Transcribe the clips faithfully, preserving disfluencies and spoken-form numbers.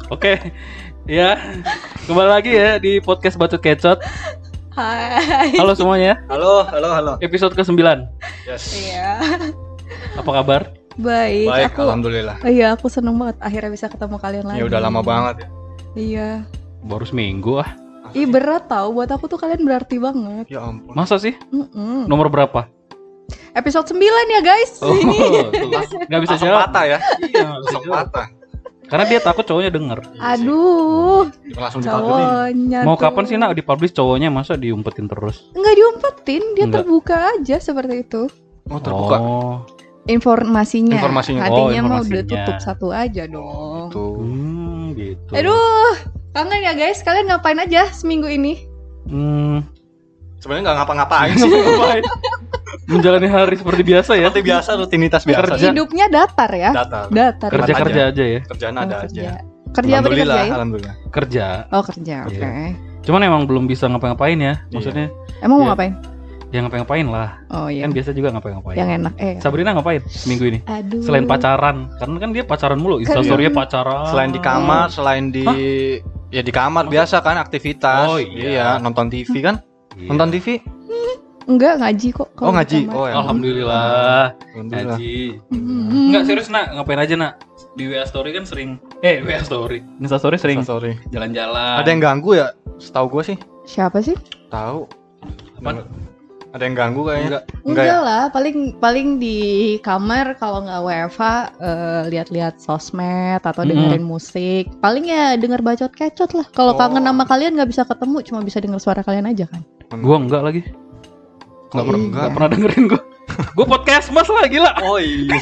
Oke, ya kembali lagi ya di podcast Bacot Kecot. Hai. Halo semuanya. Halo, halo, halo. Episode kesembilan. Yes. Iya. Apa kabar? Baik. Baik, aku, alhamdulillah. oh iya, aku seneng banget akhirnya bisa ketemu kalian lagi. Ya udah lama banget ya. Iya. Baru seminggu ah. Ih berat tau, buat aku tuh kalian berarti banget. Ya ampun. Masa sih? Mm-mm. Nomor berapa? Episode sembilan ya guys. Oh, Ini. nggak bisa Langsung jawab. patah ya. Iya, nggak bisa Langsung jawab. patah. Karena dia takut cowoknya denger. Aduh. Langsung dipatuhin. Cowoknya Mau tuh. kapan sih nak dipublish cowoknya, masa diumpetin terus? Nggak diumpetin, dia Nggak. terbuka aja seperti itu. Oh, terbuka. Oh, Informasinya. Informasinya. Hatinya Oh, mah udah informasinya. tutup satu aja dong. Tuh. hmm, gitu. Aduh, kangen ya guys. Kalian ngapain aja seminggu ini? Hmm, Sebenarnya nggak ngapa-ngapain sih. ngapain? Menjalani hari seperti biasa ya. Seperti biasa, rutinitas biasa. Kerja. Hidupnya datar ya. Datar. Datar. Kerja kerja aja ya. Kerjaan Oh, ada kerja. aja. Kerja apa Alhamdulillah, dikerjain? alhamdulillah. Kerja. Oh kerja, oke. Iya. Cuman emang belum bisa ngapa-ngapain ya. Maksudnya Emang mau Iya. ngapain? ya ngapa-ngapain lah. Oh iya. Kan biasa juga ngapa-ngapain. Yang enak. Eh. Sabrina ngapain minggu ini? Aduh. Selain pacaran, karena kan dia pacaran mulu, instastory-nya pacaran. Selain di kamar, selain di ya di kamar biasa kan aktivitas. Oh, iya. nonton T V kan? Iya. Nonton T V? Enggak ngaji kok. kalau Oh, ngaji. di kamar. Oh, ya. Alhamdulillah. Alhamdulillah. Ngaji. Hmm. Enggak serius nak, ngapain aja nak? Di W A story kan sering, eh W A story, Insta story sering Sorry. jalan-jalan. Ada yang ganggu ya? Setahu gue sih. Siapa sih? Tahu. Apaan? Ada yang ganggu kayaknya. Enggak. Enggak, ya? lah, paling paling di kamar kalau nggak W F H eh, lihat-lihat sosmed atau Mm-mm. dengerin musik. Paling ya denger bacot kecot lah. Kalau Oh. kangen sama kalian nggak bisa ketemu, cuma bisa denger suara kalian aja kan. Gua enggak lagi. Enggak Oh, pernah, enggak. enggak pernah dengerin gua. Gua podcast mas lah gila. Oh iya.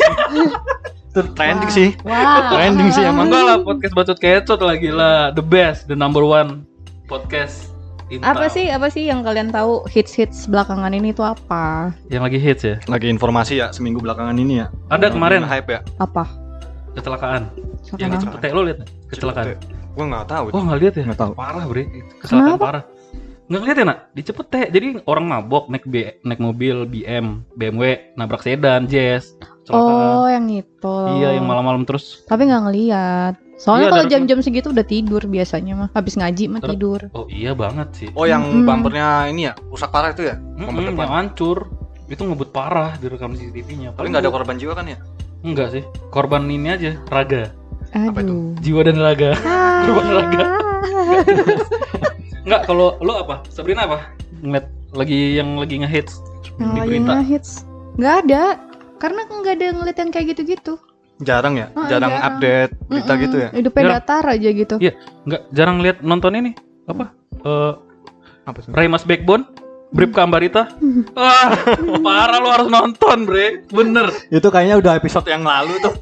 Itu trending Wah. sih. Wah. Trending sih emang. Enggak lah, podcast bacot kecot lah gila. The best, the number one podcast in Apa town. sih apa sih yang kalian tahu hits-hits belakangan ini tuh apa? Yang lagi hits ya? Lagi informasi ya seminggu belakangan ini ya. Ada kemarin hype ya. Apa? kecelakaan. Siapa Yang di nama? Cepete lo lihat nggak? Kecelakaan. Gue nggak tahu. Oh nggak lihat ya? Nggak tahu. Parah bre, kecelakaan Kenapa? parah. Nggak ngeliat ya nak? Di Cepete. Jadi orang mabok naik B, naik mobil B M, B M W, nabrak sedan, Jazz. Kecelakaan. Oh, yang itu. Iya, yang malam-malam terus. Tapi nggak ngeliat. Soalnya Iya, kalau dari- jam-jam segitu udah tidur biasanya mah. Habis ngaji mah Ter- tidur. Oh iya banget sih. Oh yang Mm-mm. bumpernya ini ya rusak parah itu ya? Bumper Mm-mm, depan. yang hancur. Itu ngebut parah direkam C C T V-nya. Paling nggak ada korban jiwa kan ya? Enggak sih. Korban ini aja, raga. Apa itu? Aduh. Jiwa dan raga. Ah. Korban raga. Enggak, kalau lo apa? Sabrina apa? Ngeliat lagi yang lagi nge-hits Yang di lagi berita. ngehits. Nggak ada. Karena nggak ada ngeliat yang kayak gitu-gitu. Jarang ya? Oh, jarang, jarang. update berita Mm-mm. gitu ya? Hidupnya Jarang. datar aja gitu. Iya. Enggak, jarang lihat nonton ini. Apa? Eh Apa sih? Raymas Backbone, Bribka Ambarita. Wah, parah lo harus nonton, Bre. Bener. Itu kayaknya udah episode yang lalu tuh.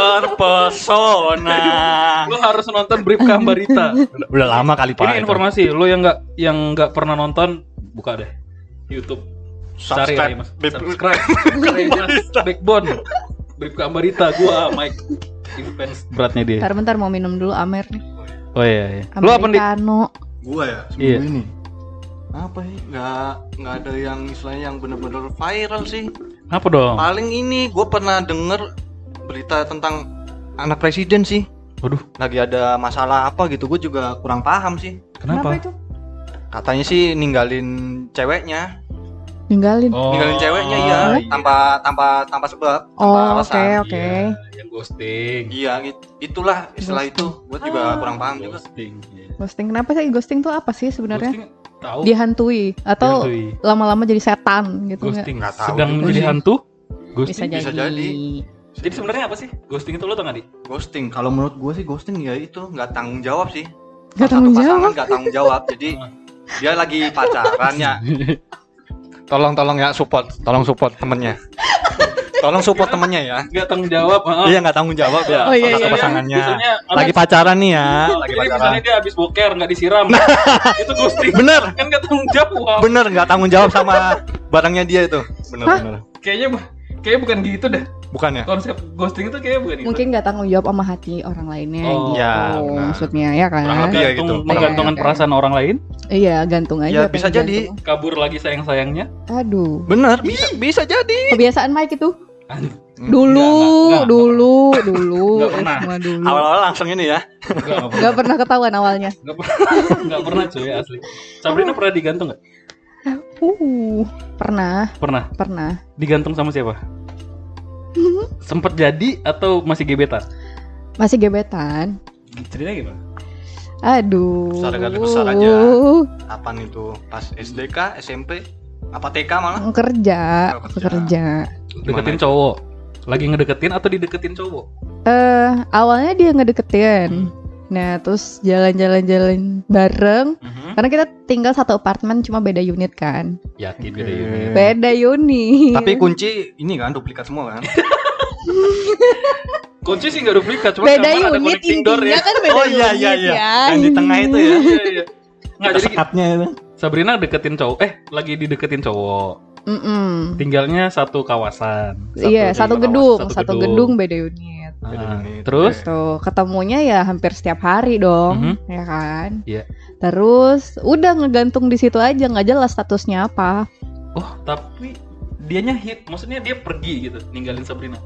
Terpesona. Lo harus nonton Bribka Ambarita. udah, udah lama kali Pak. Ini itu. informasi, lo yang nggak yang nggak pernah nonton, buka deh YouTube. Cari Subscribe. Raymas. Beb- Subscribe. Raymas Backbone, Bribka Ambarita. Gua Mike. Ini fans beratnya dia. Bentar-bentar mau minum dulu Amer nih. Oh iya, iya. Lo apa nih? Americano. Gua ya seminggu Iya. ini. Apa sih? Nggak nggak ada yang istilahnya yang bener-bener viral sih. Apa dong? Paling ini gue pernah denger berita tentang anak presiden sih. Waduh, Lagi ada masalah apa gitu. Gue juga kurang paham sih. kenapa? itu? Katanya sih ninggalin ceweknya. Ninggalin. Oh, Ninggalin ceweknya iya, tanpa tanpa tanpa sebab, tanpa Oh, oke alasan. oke. Iya, yang ghosting. Iya, gitu. Itulah istilah itu. Gue juga Ah. kurang paham juga. Ghosting. iya. Ghosting kenapa sih ghosting tuh apa sih sebenarnya? Ghosting tahu. Dihantui atau Dihantui. lama-lama jadi setan gitu nggak? Ghosting Nggak tahu sedang juga menjadi sih. hantu. Bisa Ghosting. jadi. bisa jadi. Jadi sebenarnya apa sih? Ghosting itu lo tau gak, Di? Ghosting. Kalau menurut gue sih ghosting ya itu nggak tanggung jawab sih. Nggak Satu tanggung pasangan jawab. nggak tanggung jawab. Jadi dia lagi pacaran ya. Tolong tolong ya support, tolong support temennya. Tolong support temennya ya. Gak tanggung jawab. heeh. Iya nggak tanggung jawab ya. Oh, iya, satu iya. pasangannya. Misalnya Lagi pacaran nih ya. Lagi Jadi pacaran. misalnya dia habis boker nggak disiram, itu ghosting. Bener, Kan gak tanggung jawab. bener nggak tanggung jawab sama barangnya dia itu. Bener Hah? bener. Kayaknya kayaknya bukan gitu dah. Bukan ya? Konsep ghosting itu kayaknya bukan gitu. Mungkin nggak tanggung jawab sama hati orang lainnya Oh, gitu. ya, benar. Maksudnya ya kan? Kurang lebih ya gitu. Menggantung- menggantungkan Oke, oke. perasaan orang lain, Iya, gantung aja. Ya, apa bisa yang jadi. gantung. kabur lagi sayang-sayangnya. Aduh. Bener, bisa bisa jadi. Kebiasaan Mike itu. Dulu, Enggak, enggak, dulu, dulu, Enggak pernah. semua dulu. Awal-awal langsung ini ya. Enggak, enggak Gak pernah ketahuan awalnya. Enggak pernah. Enggak pernah cuy asli. Sabrina pernah digantung enggak? Uh, pernah, Pernah. pernah. Digantung sama siapa? Sempet jadi atau masih gebetan? Masih gebetan. Ceritanya gimana? Aduh. Besar kali besar aja. Apaan itu? Pas S D kah, S M P? Apa T K malah? Kerja, Oh, kerja. kerja. Deketin Gimana? cowok. Lagi ngedeketin atau dideketin cowok? Eh, awalnya dia ngedeketin. Nah, terus jalan-jalan-jalan bareng. Mhm. Karena kita tinggal satu apartemen cuma beda unit kan. Yakin beda Oke. unit. Beda unit. Tapi kunci ini kan duplikat semua kan? Kunci sih nggak duplikat, cuma beda kamar ada unit connecting door intinya ya. kan beda Oh, iya, unit iya, iya. ya. Yang di tengah itu ya. Iya, iya. Nggak jadi Sekatnya itu. Sabrina deketin cowok, eh lagi dideketin cowok. Mm-mm. Tinggalnya satu kawasan. Iya, satu kawasan, gedung, satu gedung beda unit. Beda Ah, unit. terus Tuh, ketemunya ya hampir setiap hari dong, Mhm. ya kan? Iya. Terus udah ngegantung di situ aja, nggak jelas statusnya apa. oh tapi dianya hit, maksudnya dia pergi gitu, ninggalin Sabrina.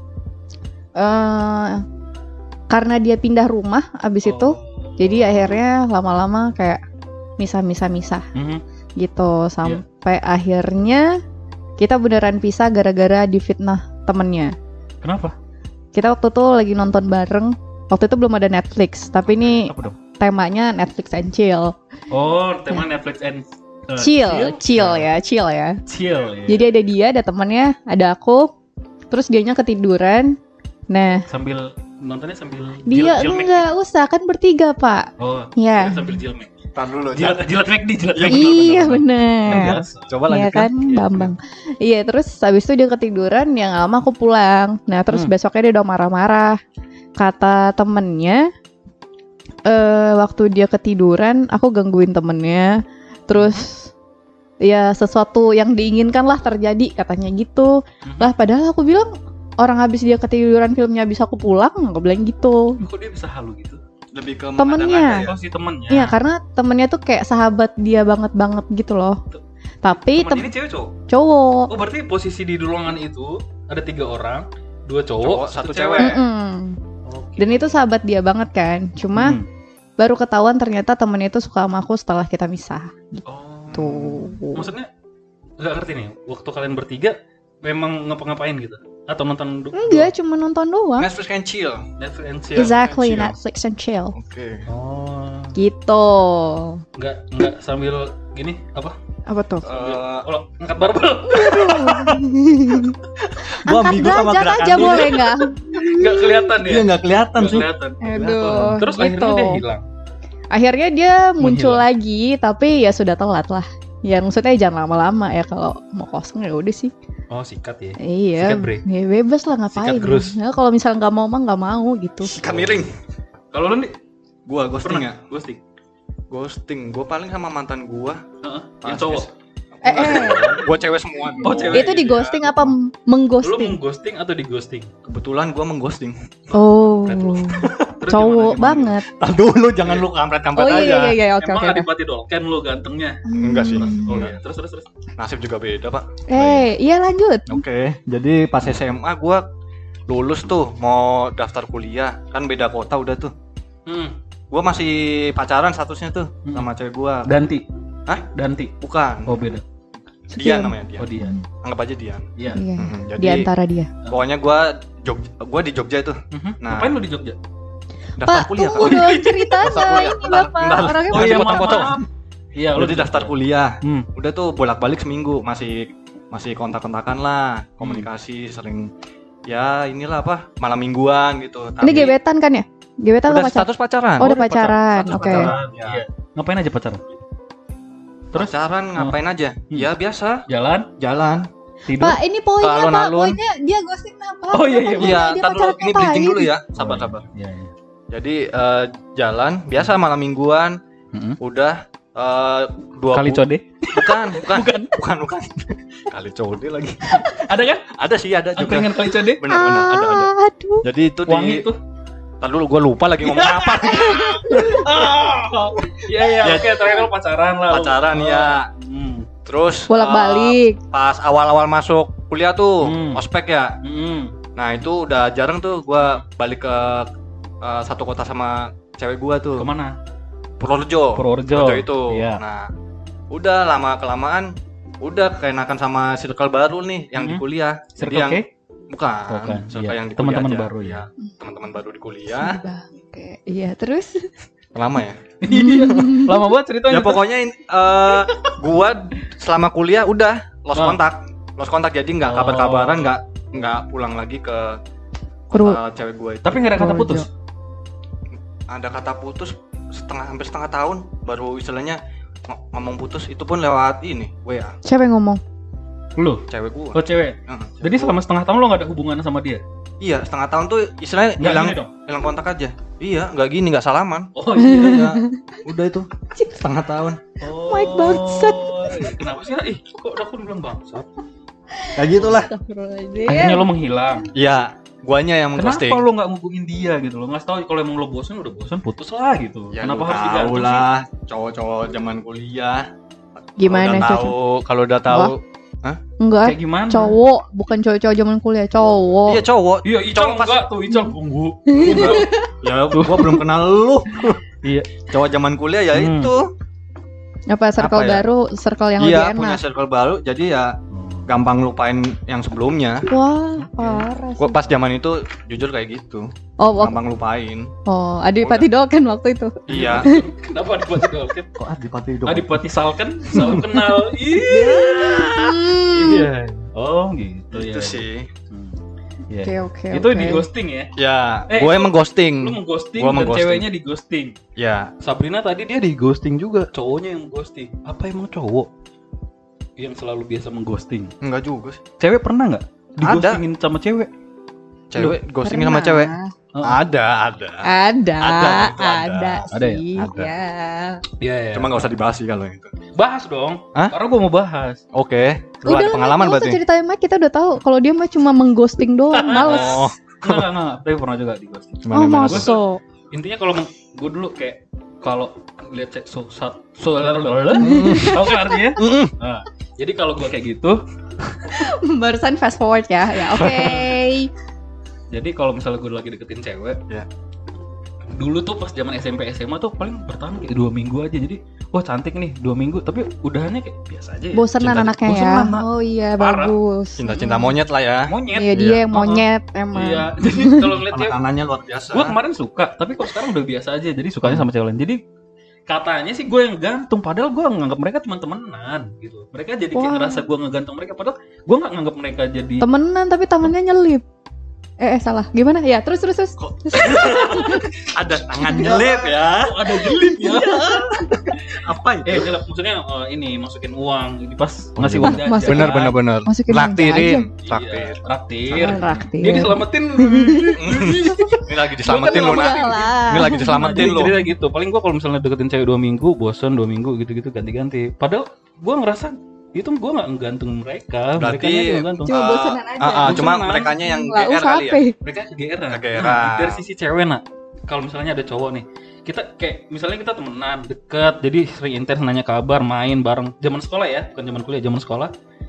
eh karena dia pindah rumah abis itu, Oh. jadi akhirnya lama-lama kayak misah-misah-misah Mhm. gitu sampai akhirnya kita beneran pisah gara-gara difitnah temennya. Kenapa? Kita waktu itu lagi nonton bareng. Waktu itu belum ada Netflix, tapi ini Apa dong? temanya Netflix and chill. Oh, tema Netflix and uh, Chill, chill ya, chill ya. Chill. Ya. Jadi ada dia, ada temennya, ada aku. Terus dianya ketiduran. Nah, Sambil nontonnya sambil dia jil- jilmek. nggak usah kan bertiga pak. Oh, Ya. kira sambil jilmek. Tar dulu. Jilat jilat McD, jilat Iya, McD. Iya Kan bener. biasa. Coba Iya lanjutkan. kan, Bambang. Iya, terus habis itu dia ketiduran, yang lama aku pulang. Nah, terus Hmm. besoknya dia udah marah-marah. Kata temennya, eh waktu dia ketiduran, aku gangguin temennya. Terus, ya sesuatu yang diinginkan lah terjadi, katanya gitu. Mhm. Lah, padahal aku bilang, orang habis dia ketiduran filmnya habis aku pulang, aku bilang gitu. Kok dia bisa halu gitu? Lebih ke Temennya. mengada-ngada Oh, si temennya. Iya, karena temennya tuh kayak sahabat dia banget-banget gitu loh. Tapi Temen tem- ini cewek cowok. cowok. Oh, berarti posisi di ruangan itu ada tiga orang, dua Cowok, cowok, satu satu cewek. cewek. Mm-mm. Oke. Dan itu sahabat dia banget kan. Cuma Hmm. baru ketahuan ternyata temennya itu suka sama aku setelah kita misah. Oh. Tuh. Maksudnya nggak ngerti nih. Waktu kalian bertiga memang ngapa-ngapain gitu? Atau nonton du- Enggak, cuma nonton doang. Netflix and chill. Netflix and chill? Exactly, chill. Netflix and chill. Oke. Oh. Gitu. Nggak nggak sambil gini apa? Apa tuh? Eh, Oh, angkat barbel. Gua Angkat ambigu sama derajat gerakan aja dia. boleh nggak? Nggak kelihatan ya? Iya nggak kelihatan Nggak sih. kelihatan. Aduh. Terus gitu. akhirnya dia hilang. Akhirnya dia muncul Menghilang. lagi, tapi ya sudah telat lah. Ya maksudnya jangan lama-lama ya, kalau mau kosong ya udah sih. Oh, sikat ya. Iya, Sikat, Bre. ya bebas lah ngapain. Sikat gerus. Ya, kalau misalnya nggak mau mah nggak mau gitu. Ikan miring. Kalau lu nih Gua ghosting ya. pernah ghosting? Ghosting. Gua paling sama mantan gua. Heeh. Pas Yang cowok. S- Eh, eh. Gua cewek semua. Oh, cewek. Itu di ghosting apa Lu mengghosting? mengghosting atau di ghosting? Kebetulan gua mengghosting. Oh, Kampret lu. Terus cowok gimana, gimana? banget. Tar dulu jangan lu kampret-kampret Oh iya aja. iya iya, oke Emang oke. nggak dipati dolken lu gantengnya? Enggak sih. Hmm. Oh Enggak. iya. Terus terus terus. Nasib juga beda, Pak. Eh, iya lanjut. Oke, jadi pas S M A gua lulus tuh mau daftar kuliah, kan beda kota udah tuh. Hmm. Gua masih pacaran statusnya tuh Hmm. sama cewek gua. Danti. Hah? Danti. Bukan. Oh beda. Dian Sekian. namanya Dian. Oh dia. Anggap aja Dian. Iya. Iya. Mhm, Jadi Di antara dia. pokoknya gua Jogja, gua di Jogja itu Mhm. Nah. Ngapain lu di Jogja? daftar Pak, kuliah tunggu kan. dong ceritanya. Daftar kuliah. Ini Bentar, Bapak bentar. orangnya Oh masih iya, potong. potong-potong. Iya, Udah di daftar kuliah. Hmm. Udah tuh bolak-balik seminggu, masih masih kontak-kontakan lah, komunikasi sering ya inilah apa malam mingguan gitu. Ini gebetan kan ya? Gebetan udah atau pacar? status pacaran. Oh, udah pacaran. Status Oke. pacaran, ya. Iya. Ngapain aja pacaran? Terus? Pacaran ngapain aja? Hmm. Ya biasa, Jalan, jalan. tidur. Pak, ini poinnya Ke Pak. alun-alun. Poinnya dia ghosting apa? Oh, iya, iya, Kenapa Iya, dia ntar dulu pacaran ini bridging ngapain? dulu ya. Sabar-sabar. Iya, iya. Jadi eh, jalan biasa malam mingguan, Mhm. udah eh, dua Kali bu- code. Bukan, bukan, bukan, bukan, bukan. Kali code lagi. Ada kan? Ada sih, ada juga. Angkringan kali code. Benar-benar ada, ada. Aduh. Jadi itu Wangi di tuh. Ntar dulu gue lupa lagi ngomong apa. Iya, iya. Ya. Oke, terakhir lu pacaran lah. lu. Pacaran Oh. ya. Hmm. Terus Bolak-balik. eh, pas awal-awal masuk kuliah tuh Hmm. ospek ya. Hmm. Nah itu udah jarang tuh gue balik ke uh, satu kota sama cewek gue tuh. Kemana? Purworejo. Purworejo. itu. Iya. Nah udah lama kelamaan udah keenakan sama circle baru nih yang Hmm. di kuliah. Circle Jadi yang K? bukan, Bukan, circle iya. yang di Teman-teman kuliah aja. baru ya. Teman-teman baru di kuliah. Oke, iya terus. Lama ya. Lama banget ceritanya. Ya pokoknya uh, gua selama kuliah udah lost Ah. kontak. Lost kontak jadi nggak Oh. kabar-kabaran, nggak nggak pulang lagi ke Purwo- kota cewek gua itu. Tapi nggak ada kata Purworejo. putus. Ada kata putus setengah hampir setengah tahun baru istilahnya ng- ngomong putus itu pun lewat ini W A Siapa yang ngomong? Lu? cewek gua. Oh cewek. Heeh, cewek Jadi gua. selama setengah tahun lo nggak ada hubungan sama dia? Iya setengah tahun tuh istilahnya Nggak hilang gini dong? hilang kontak aja. Iya nggak gini nggak salaman. Oh iya. Iya udah itu setengah tahun. Oh. Mike bangsat. Kenapa sih? Ih, kok aku bilang bangsat? Kayak gitulah. Akhirnya lo menghilang. Iya guanya yang Kenapa mengghosting. lo nggak ngubungin dia gitu lo? Nggak tahu kalau emang lo bosan udah bosan putus lah gitu. Ya, Kenapa lu harus tahu digantung sih? lah cowok-cowok zaman kuliah. Gimana Kalau udah cowok? tahu kalau udah tahu Enggak, Kayak gimana? cowok, bukan cowok-cowok zaman kuliah, cowok. iya cowok. Iya, Ical Cowok pas- enggak tuh, Ical tunggu. Enggak. Ya gua belum kenal lu. Iya. Cowok zaman kuliah ya Hmm. itu. Apa circle Apa ya? baru, circle yang Iya, lebih punya enak. circle baru jadi ya gampang lupain yang sebelumnya. Wah, parah Gua sih. pas zaman itu jujur kayak gitu. Oh, wak- Gampang lupain. oh, Adipati Dolken waktu itu. Iya. Kenapa Adipati Dolken? Kok Adipati itu? Adipati Salken, salam kenal. Iya. Iya. Oh, gitu ya. Itu sih. Hmm. Iya. Oke, oke, Itu oke. di ghosting ya? Ya, Eh, gue emang ghosting. Lu mengghosting Gua dan mengghosting. ceweknya di ghosting. Ya, Sabrina tadi dia di ghosting juga, cowoknya yang ghosting. Apa emang cowok yang selalu biasa mengghosting? enggak juga sih. Cewek pernah nggak di Ada. ghostingin sama cewek? Cewek ghostingin sama Pernah. cewek. Oh. Ada, ada. Ada, Ada, ada, itu ada. Ada ya? sih. Ada. Ya. Iya, iya. Cuma nggak usah dibahas sih kalau itu. bahas dong. Hah? Karena gua mau bahas. Oke. Lu ada Udah, pengalaman nggak usah berarti? ceritain Mike, kita udah tahu kalau dia mah cuma mengghosting doang, males. Oh, Enggak, enggak, enggak. Tapi pernah juga di ghosting. Oh, gimana gimana? Mas. maso. Intinya kalau gue dulu kayak kalau lihat cek so sat so tahu kan artinya? Mm-mm. Nah, jadi kalau gue kayak gitu, Barusan fast forward ya. Ya, oke. jadi kalau misalnya gue lagi deketin cewek, Ya. dulu tuh pas zaman S M P S M A tuh paling bertahan kayak dua minggu aja. Jadi wah cantik nih dua minggu, tapi udahannya kayak biasa aja. Ya. Bosenan Cinta- anaknya ya. bosenan, Nak. Oh iya, Parah. bagus. Cinta-cinta monyet lah ya. Monyet. Iya, dia Iya. yang monyet emang. Iya. Jadi kalau ngeliat cewek, Anak-anaknya luar biasa. gue kemarin suka, tapi kok sekarang udah biasa aja. Jadi sukanya sama cewek lain. Jadi katanya sih gue yang gantung, padahal gue nganggap mereka teman-temanan gitu. Mereka jadi kayak Wah. ngerasa gue ngegantung mereka, padahal gue nggak nganggap mereka jadi Temenan tapi tangannya nyelip. Eh, eh salah. Gimana? Ya, terus terus terus. Kok- Ada tangan nyelip ya. Oh, ada jelip ya. Apa Eh, jelip maksudnya eh, ini masukin uang di pas Oh, ngasih iya. uang jajan. Masukin- Bener bener bener. Masukin Traktirin. Iya, Traktir. traktir. Ah, traktir. Dia diselamatin. Ini lagi diselamatin lu nak. Ini lagi diselamatin Jadi lu. cerita gitu. Paling gua kalau misalnya deketin cewek dua minggu, bosen dua minggu gitu-gitu ganti-ganti. Padahal gua ngerasa itu gua nggak nggantung mereka. Berarti, Mereka yang nggantung. Cuma Ah, bosenan aja. Ah, ah, cuma Bosenan. merekanya yang Lah, G R kali ya. usape. Mereka kegeeran. Kegeeran. Nah, dari sisi cewek nak, kalau misalnya ada cowok nih, kita kayak misalnya kita temenan deket, jadi sering intens nanya kabar, main bareng. Zaman sekolah ya, bukan zaman kuliah, zaman sekolah.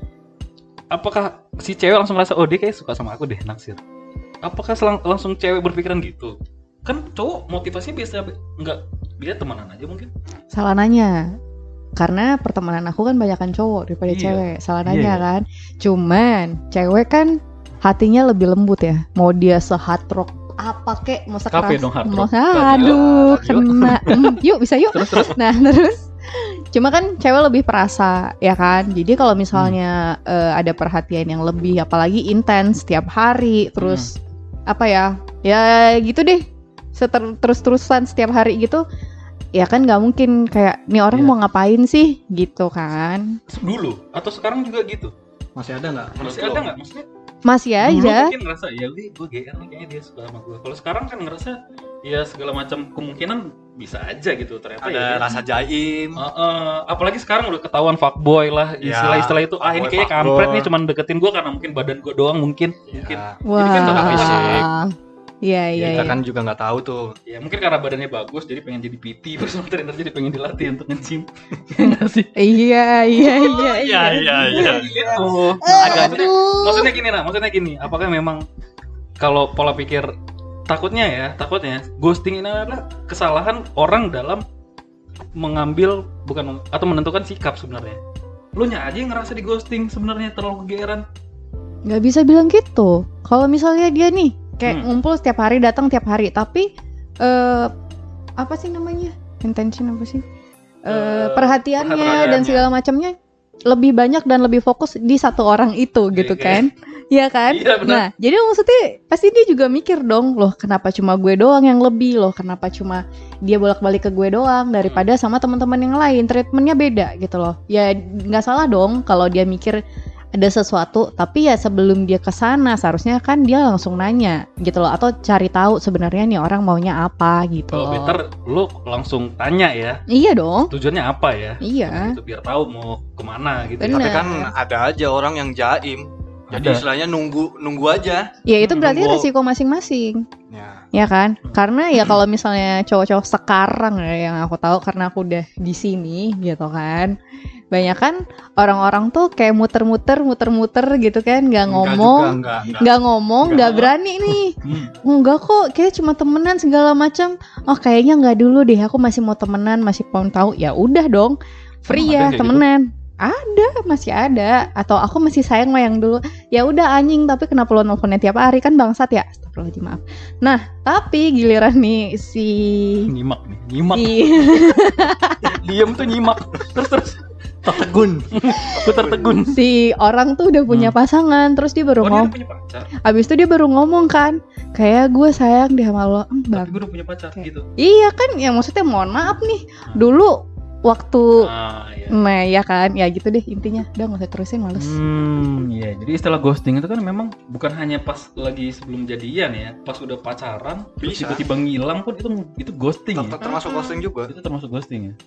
Apakah si cewek langsung ngerasa oh dia kayak suka sama aku deh, naksir? Apakah selang- langsung cewek berpikiran gitu? Kan cowok motivasinya biasa nggak dia temenan aja mungkin. Salah nanya. Karena pertemanan aku kan banyakan cowok daripada Iya. cewek. Salah Iya, nanya iya. kan. Cuman cewek kan hatinya lebih lembut ya. Mau dia se-hard rock apa kek, mau sekeras. Kafe dong, hard mau- rock. Aduh, Yuk. kena. Hmm, yuk bisa yuk. Terus terus Nah, terus cuma kan cewek lebih perasa ya kan. Jadi kalau misalnya eh, ada perhatian yang lebih apalagi intens tiap hari terus apa ya? Ya gitu deh. Seter- terus-terusan setiap hari gitu. Ya kan nggak mungkin kayak nih orang Iya. mau ngapain sih gitu kan. dulu atau sekarang juga gitu. Masih ada nggak? Masih ada nggak maksudnya? Masih Dulu aja. mungkin ngerasa ya gue gue G R nih kayaknya dia suka sama gue. Kalau sekarang kan ngerasa ya segala macam kemungkinan bisa aja gitu ternyata Ada ya. rasa jaim. Uh, uh, apalagi sekarang udah ketahuan fuckboy lah Ya, istilah-istilah itu. Ah ini fuckboy, kayaknya fuckboy. kampret nih cuman deketin gue karena mungkin badan gue doang mungkin. Mungkin. Ya, Jadi kan nggak fisik. Wah. Iya iya kita iya. kan juga nggak tahu tuh. Ya mungkin karena badannya bagus jadi pengen jadi P T personal trainer jadi pengen dilatih untuk nge-gym. Enggak sih? Iya iya iya Iya iya iya. Gitu. Eh, Agak- aduh. Maksudnya gini nah, maksudnya gini, apakah memang kalau pola pikir takutnya ya, takutnya ghosting ini adalah kesalahan orang dalam mengambil bukan atau menentukan sikap sebenarnya. Lu nya aja yang ngerasa di ghosting sebenarnya terlalu kegeeran. Nggak bisa bilang gitu. Kalau misalnya dia nih kayak Hmm. ngumpul setiap hari, datang tiap hari, tapi eh apa sih namanya? Intention apa sih? Eh, Eh, perhatiannya perhatiannya. dan segala macamnya lebih banyak dan lebih fokus di satu orang itu gitu Oke. kan? Iya kan? Iya, benar. Nah, jadi maksudnya pasti dia juga mikir dong, loh kenapa cuma gue doang yang lebih, loh kenapa cuma dia bolak-balik ke gue doang daripada sama teman-teman yang lain, treatmentnya beda gitu loh. Ya nggak salah dong kalau dia mikir ada sesuatu, tapi ya sebelum dia kesana seharusnya kan dia langsung nanya gitu loh, atau cari tahu sebenarnya nih orang maunya apa gitu Kalau loh. better lu langsung tanya ya, Iya dong. tujuannya apa ya? Iya. Itu biar tahu mau kemana gitu. Bener. Tapi kan ada aja orang yang jaim. Jadi Ada. istilahnya nunggu nunggu aja. Ya itu Hmm, berarti nunggu. resiko masing-masing. Ya. Ya kan? Karena ya kalau misalnya cowok-cowok sekarang ya yang aku tahu karena aku udah di sini gitu kan. Banyak kan orang-orang tuh kayak muter-muter muter-muter gitu kan, nggak ngomong, enggak, enggak. nggak ngomong, Nggak. nggak berani nih. Hmm. Enggak kok, kayak cuma temenan segala macam. Oh, kayaknya nggak dulu deh, aku masih mau temenan, masih mau tahu. Ya udah dong. Free Emang ada ya yang kayak temenan. Ada, masih ada. Atau aku masih sayang sama yang dulu. Ya udah anjing, tapi kenapa lo nelfonnya tiap hari kan bangsat ya? Astagfirullahaladzim, maaf. Nah, tapi giliran nih si Nyimak nih, nyimak. si Diem tuh nyimak. Terus terus Tertegun. putar tegun. si orang tuh udah punya Hmm. pasangan, terus dia baru Oh, dia ngomong. udah punya pacar. Abis itu dia baru ngomong kan, kayak gue sayang deh sama lo. Hmm, Tapi bang. gue udah punya pacar Oke. gitu. Iya kan, ya maksudnya mohon maaf nih. Hmm. Dulu waktu Ah, iya. nah ya kan, ya gitu deh intinya. Udah nggak usah terusin, males. Hmm, iya. Jadi istilah ghosting itu kan memang bukan hanya pas lagi sebelum jadian ya, pas udah pacaran, terus Bisa. tiba-tiba ngilang pun itu itu ghosting ya. Ter- Termasuk ghosting juga. Itu termasuk ghosting ya.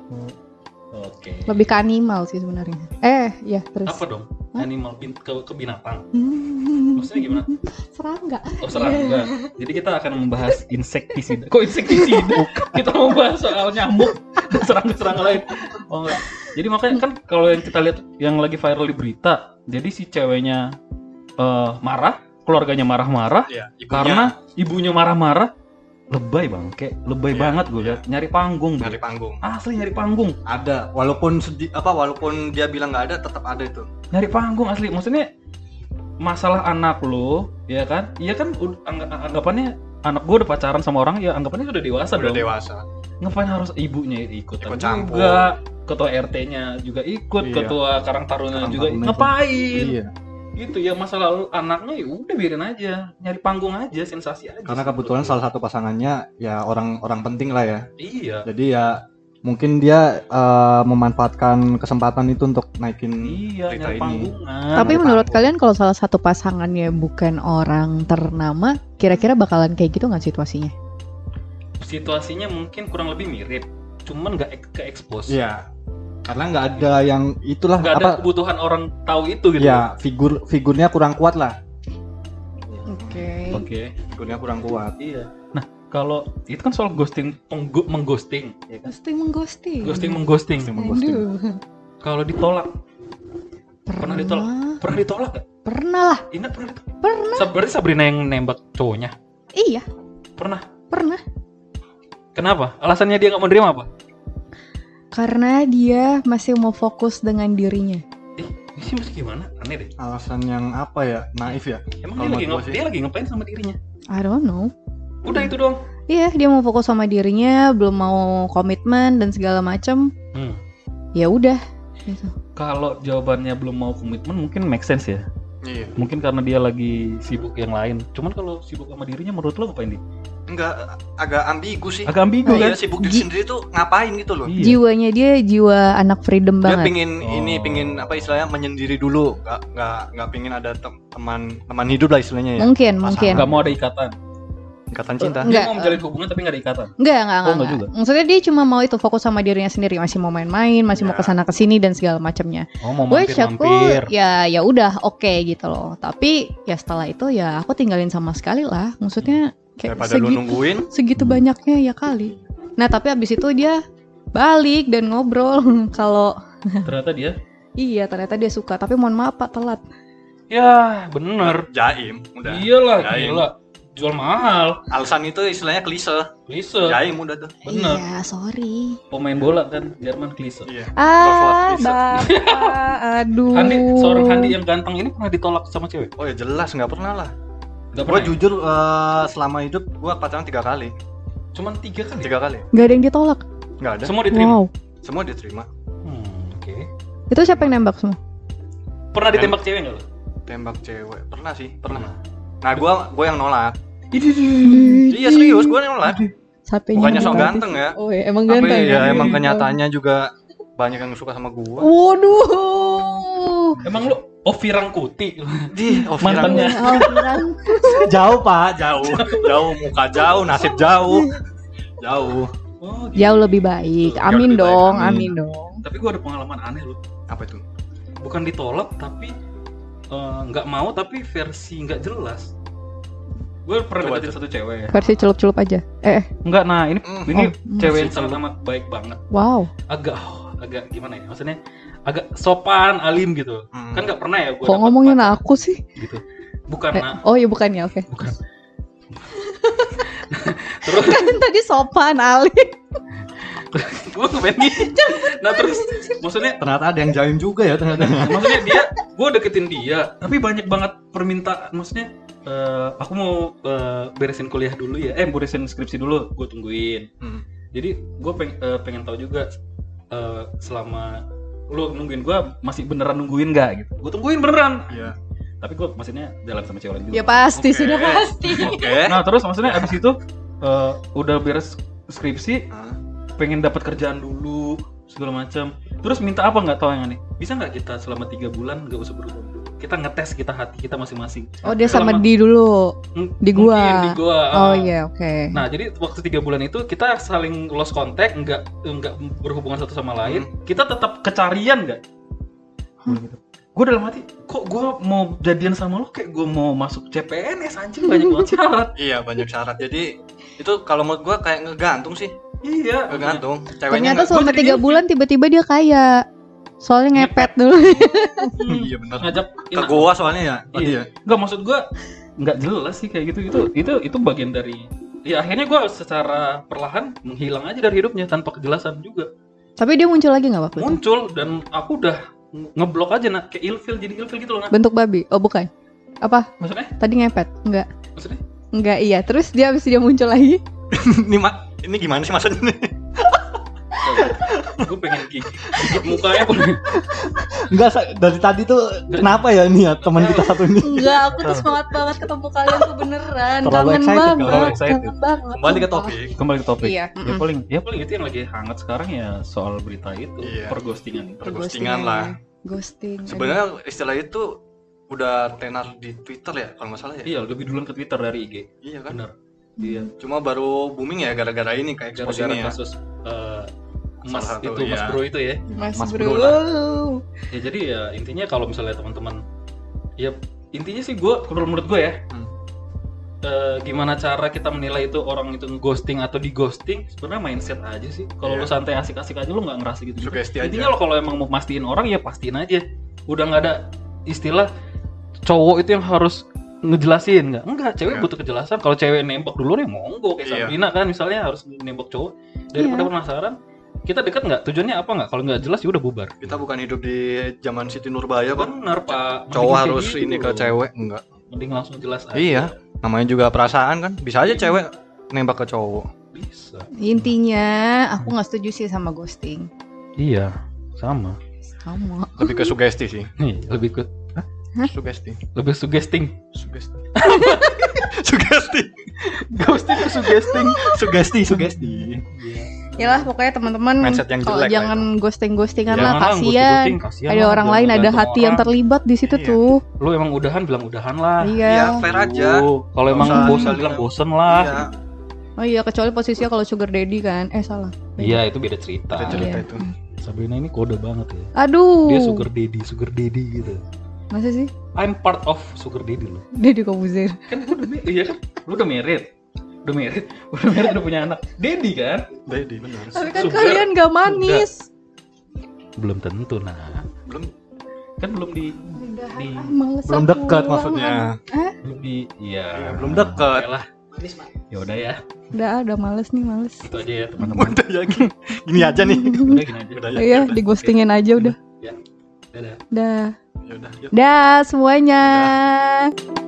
Oke. Lebih ke animal sih sebenarnya. Eh, ya terus. Apa dong? Hah? Animal bin- ke, ke binatang. Hmm. Maksudnya gimana? Serangga. Oh, serangga. Jadi kita akan membahas insektisida. Kok insektisida? Kita mau bahas soal nyamuk dan serangga-serangga lain. Oh enggak. Jadi makanya kan kalau yang kita lihat yang lagi viral di berita, jadi si ceweknya eh, marah, keluarganya marah-marah Iya, ibunya karena ibunya marah-marah. Lebay bang, kayak lebay Iya, banget gue iya. lihat. Nyari panggung, dari bro. panggung. Asli nyari panggung. Ada, walaupun sedih apa walaupun dia bilang nggak ada, tetap ada itu. Nyari panggung asli. Maksudnya masalah anak lo, ya kan? Iya kan ud- angg- anggapannya anak gue udah pacaran sama orang, ya anggapannya sudah dewasa Udah dong. dewasa. Ngapain harus ibunya ikutan Ikut campur. juga, ketua R T-nya juga ikut, Iya. ketua Karang Taruna Karang juga Taruna ngapain? Iya. Gitu ya, masalah lu anaknya ya udah biarin aja, nyari panggung aja, sensasi aja. Karena sih kebetulan menurut salah satu pasangannya ya orang-orang penting lah ya. gue. Iya. Jadi ya mungkin dia eh, memanfaatkan kesempatan itu untuk naikin Iya, berita nyari ini. panggungan. Tapi Nyari menurut panggung. kalian kalau salah satu pasangannya bukan orang ternama, kira-kira bakalan kayak gitu nggak situasinya? Situasinya mungkin kurang lebih mirip, cuman nggak ek- ke expose. Iya. Karena nggak ada yang itulah Nggak ada apa kebutuhan orang tahu itu gitu. ya figur figurnya kurang kuat lah. Oke. Oke. Figurnya kurang kuat. Iya. Nah, kalau itu kan soal ghosting, penggo- mengghosting, ya kan? Ghosting mengghosting. Ghosting mengghosting. Ghosting mengghosting. Aduh. Kalau ditolak, pernah ditolak? Pernah ditolak nggak? Pernah lah. Ingat pernah ditolak? Pernah. Sebenarnya Sabrina yang nembak cowoknya. Iya, Pernah. pernah. Kenapa? Alasannya dia nggak menerima apa? Karena dia masih mau fokus dengan dirinya. Eh, ini sih masih gimana? Aneh deh. Alasan yang apa ya? Naif ya. Emang dia Kalau lagi, menurut ngap- gua sih. dia lagi ngapain sama dirinya? I don't know. Udah itu doang. Iya, dia mau fokus sama dirinya, belum mau komitmen dan segala macam. Hmm. Ya udah, gitu. Kalau jawabannya belum mau komitmen mungkin make sense ya. Iya. Mungkin karena dia lagi sibuk yang lain. Cuman kalau sibuk sama dirinya menurut lo ngapain dia? Enggak, agak ambigu sih. Agak ambigu Iya, kan? sibuk diri Gi- sendiri tuh ngapain gitu loh. Iya. Jiwanya dia jiwa anak freedom Dia banget. pingin Oh. ini pingin apa istilahnya menyendiri dulu, nggak nggak nggak pingin ada tem- teman teman hidup lah istilahnya ya. Mungkin, Pasangan. mungkin. Nggak mau ada ikatan. Ikatan cinta. Enggak. Dia mau menjalin hubungan tapi nggak ada ikatan. Enggak, enggak, Oh, enggak, enggak enggak. juga. Maksudnya dia cuma mau itu fokus sama dirinya sendiri, masih mau main-main, masih mau Ya. kesana kesini dan segala macamnya. Oh, mau Which aku mampir-mampir. ya ya udah oke gitu loh. Tapi ya setelah itu ya aku tinggalin sama sekali lah. Maksudnya kayak Daripada lu segitu, nungguin, segitu banyaknya ya kali. Nah tapi abis itu dia balik dan ngobrol kalau Ternyata dia iya ternyata dia suka. Tapi mohon maaf Pak telat. Ya, bener. Jaim, udah. Iyalah, Jaim. gila. Jual mahal. Alasan itu istilahnya klise. Klise. Jaim udah tuh. Bener. Iya, sorry. Pemain bola kan Jerman klise. Iya. Ah, Klise. bapak, aduh. Handi, seorang Handi yang ganteng ini pernah ditolak sama cewek? Oh ya jelas nggak pernah lah. Gak Gue pernah. ya? jujur eh, selama hidup gue pacaran tiga kali. Cuman tiga kali. Tiga kali. Gak ada yang ditolak. Nggak ada. Semua diterima. Wow. Semua diterima. Hmm, oke. Itu siapa yang nembak semua? Pernah ditembak cewek nggak lo? Tembak cewek pernah sih, pernah. Nah gue gue yang nolak. Ih, Iya serius, gue yang nolak. sapenya Bukannya sok negatif. ganteng ya. Oh ya, emang Tapi ganteng. ya ya? emang kenyataannya juga banyak yang suka sama gue. Waduh. Emang lo Ovi Rangkuti? Di, oh, Mantannya. Oh, Firang. jauh pak, jauh, jauh muka jauh, nasib jauh, jauh. Oh, gitu. Jauh lebih baik. Jauh Amin lebih baik, dong, amin. amin dong. Tapi gue ada pengalaman aneh lo. Apa itu? Bukan ditolak tapi eh, nggak mau tapi versi nggak jelas. Gue pernah Coba, deketin satu cewek. Versi celup-celup aja. Eh, eh. Enggak, nah ini Mm. ini Oh, cewek yang masih sangat-sangat baik banget. Wow. Agak oh, agak gimana ya? Maksudnya agak sopan, alim gitu. Hmm. Kan nggak pernah ya gue. Kok ngomongin aku sih? gitu. Bukan Eh, nah, oh iya bukan ya, oke. bukan. Terus Kan tadi sopan Ali. gue kepengen gitu. Nah terus maksudnya Ternyata ada yang jaim juga ya ternyata. maksudnya dia gue deketin dia tapi banyak banget permintaan, maksudnya eh, aku mau eh, beresin kuliah dulu ya, eh beresin skripsi dulu, gue tungguin. Hmm. Jadi gue peng, eh, pengen tahu juga eh, selama lu nungguin gue masih beneran nungguin gak gitu. Gue tungguin beneran, Iya. tapi gue maksudnya jalan sama cewek lain juga. Ya pasti, Oke. sudah pasti. Oke. Nah terus maksudnya abis itu eh, udah beres skripsi, Hah? pengen dapat kerjaan dulu segala macam. Terus minta apa nggak tahu yang aneh? Bisa nggak kita selama tiga bulan nggak usah berhubung dulu? Kita ngetes kita hati kita masing-masing. Oh, dia sama Selama- di dulu. M- di gua. mungkin di gua. Oh ah. iya, oke. Nah jadi waktu tiga bulan itu kita saling lost contact, nggak nggak berhubungan satu sama lain. Hmm. Kita tetap kecarian nggak? Gue dalam hati, kok gue mau jadian sama lo kayak gue mau masuk C P N S anjing, banyak banget syarat. Iya banyak syarat. Jadi itu kalau menurut gue kayak ngegantung sih. Iya. Ngegantung. Ceweknya Ternyata nggak- selama gua jadi tiga ilfil. bulan tiba-tiba dia kaya. Soalnya ngepet dulu. Hmm, Iya benar. ngajak Ke gua soalnya ya. Oh, Iya. Nggak, maksud gue nggak jelas sih kayak gitu. Itu itu itu bagian dari. Ya akhirnya gue secara perlahan menghilang aja dari hidupnya tanpa kejelasan juga. Tapi dia muncul lagi nggak waktu itu? Muncul dan aku udah nge- ngeblok aja nak, kayak ilfil, jadi ilfil gitu loh nak. Bentuk babi? Oh bukan. Apa? Maksudnya? Tadi ngepet? Enggak. Maksudnya? Enggak, iya. Terus dia habis dia muncul lagi. ini ma- ini gimana sih maksudnya? Gue pengen gigit, gigit mukanya pun. Enggak, Sa- dari tadi tuh kenapa ya ini ya teman kita satu ini? Enggak, aku tuh semangat banget ketemu kalian tuh beneran. Terlalu Kangen excited, banget. terlalu excited. Kangen banget. Kembali ke sumpah. topik. Kembali ke topik. Iya. Ya mm-mm. paling, ya paling itu yang lagi hangat sekarang ya soal berita itu, Iya. perghostingan. Perghostingan lah. Ghosting. Sebenarnya istilah itu udah tenar di Twitter ya kalau nggak salah ya. Iya, lebih duluan ke Twitter dari I G. Iya kan. Benar. Iya. Cuma baru booming ya gara-gara ini kayak expose Gara-gara ini ya. kasus eh, Mas Salah satu, itu, Mas iya. Bro itu ya. Mas, Mas Bro. Bro Ya jadi ya intinya kalau misalnya teman-teman, ya intinya sih gue, kalau menurut gue ya, Hmm. eh, gimana cara kita menilai itu orang itu ghosting atau di ghosting, sebenarnya mindset aja sih. Kalau Iya. lu santai asik-asik aja lu nggak ngerasa gitu. Sugesti aja. Intinya lo kalau emang mau mastiin orang ya pastiin aja. Udah nggak ada istilah cowok itu yang harus ngejelasin, nggak? Enggak, cewek Iya. butuh kejelasan. Kalau cewek nembak duluan ya monggo, kayak Iya. Sabrina kan misalnya harus nembak cowok. Daripada Iya. penasaran, kita deket nggak? Tujuannya apa nggak? Kalau nggak jelas ya udah bubar. Kita bukan hidup di zaman Siti Nurbaya kan. Bener pak. Cowok Mending kayak harus gitu ini ke loh. cewek enggak. Mending langsung jelas aja. Iya. Namanya juga perasaan kan. Bisa aja cewek nembak ke cowok. Bisa. Intinya aku nggak setuju sih sama ghosting. Iya, sama. Sama. Lebih ke sugesti sih. Nih, lebih ke Sugesti. lebih suggesting. Sugesti. Sugesti. Ghosting ke suggesting. Sugesti, sugesti. Yalah pokoknya teman-teman Mindset yang kalau jelek lah jangan ghosting-ghostingan lah, Jangan lah, kasihan. ghosting, kasihan Ada lah, orang jangan lain, ada gantung hati yang orang. terlibat di situ Iya. tuh. Lu emang udahan bilang udahan lah. Iya. Iya, fair aja. Tuh, kalau emang Nggak usah- bosan bilang bosan lah. Iya. Oh iya, kecuali posisinya kalau sugar daddy kan. Eh salah. Iya, itu beda cerita. Kita cerita Iya. itu. Sabrina ini kode banget ya. Aduh. Dia sugar daddy, sugar daddy gitu. Masa sih? I'm part of sugar daddy lo. Daddy Kobuzer. Kan lu udah ma- iya kan? Lu udah married. Udah married, udah married udah punya anak. Daddy kan? Daddy benar. Tapi kan Sugar. kalian gak manis. Belum tentu nah. Belum Kan belum di di Males Belum aku dekat pulang. maksudnya. belum di iya Belum dekat. Oke lah. Ya udah ya. Udah, udah males nih, males. Itu aja ya teman-teman. Udah ya gini, gini aja nih. Udah gini aja. Udah ya. Iya, di ghostingin aja udah. Ya. Dadah. Dah. Ya udah. yuk. Dah semuanya.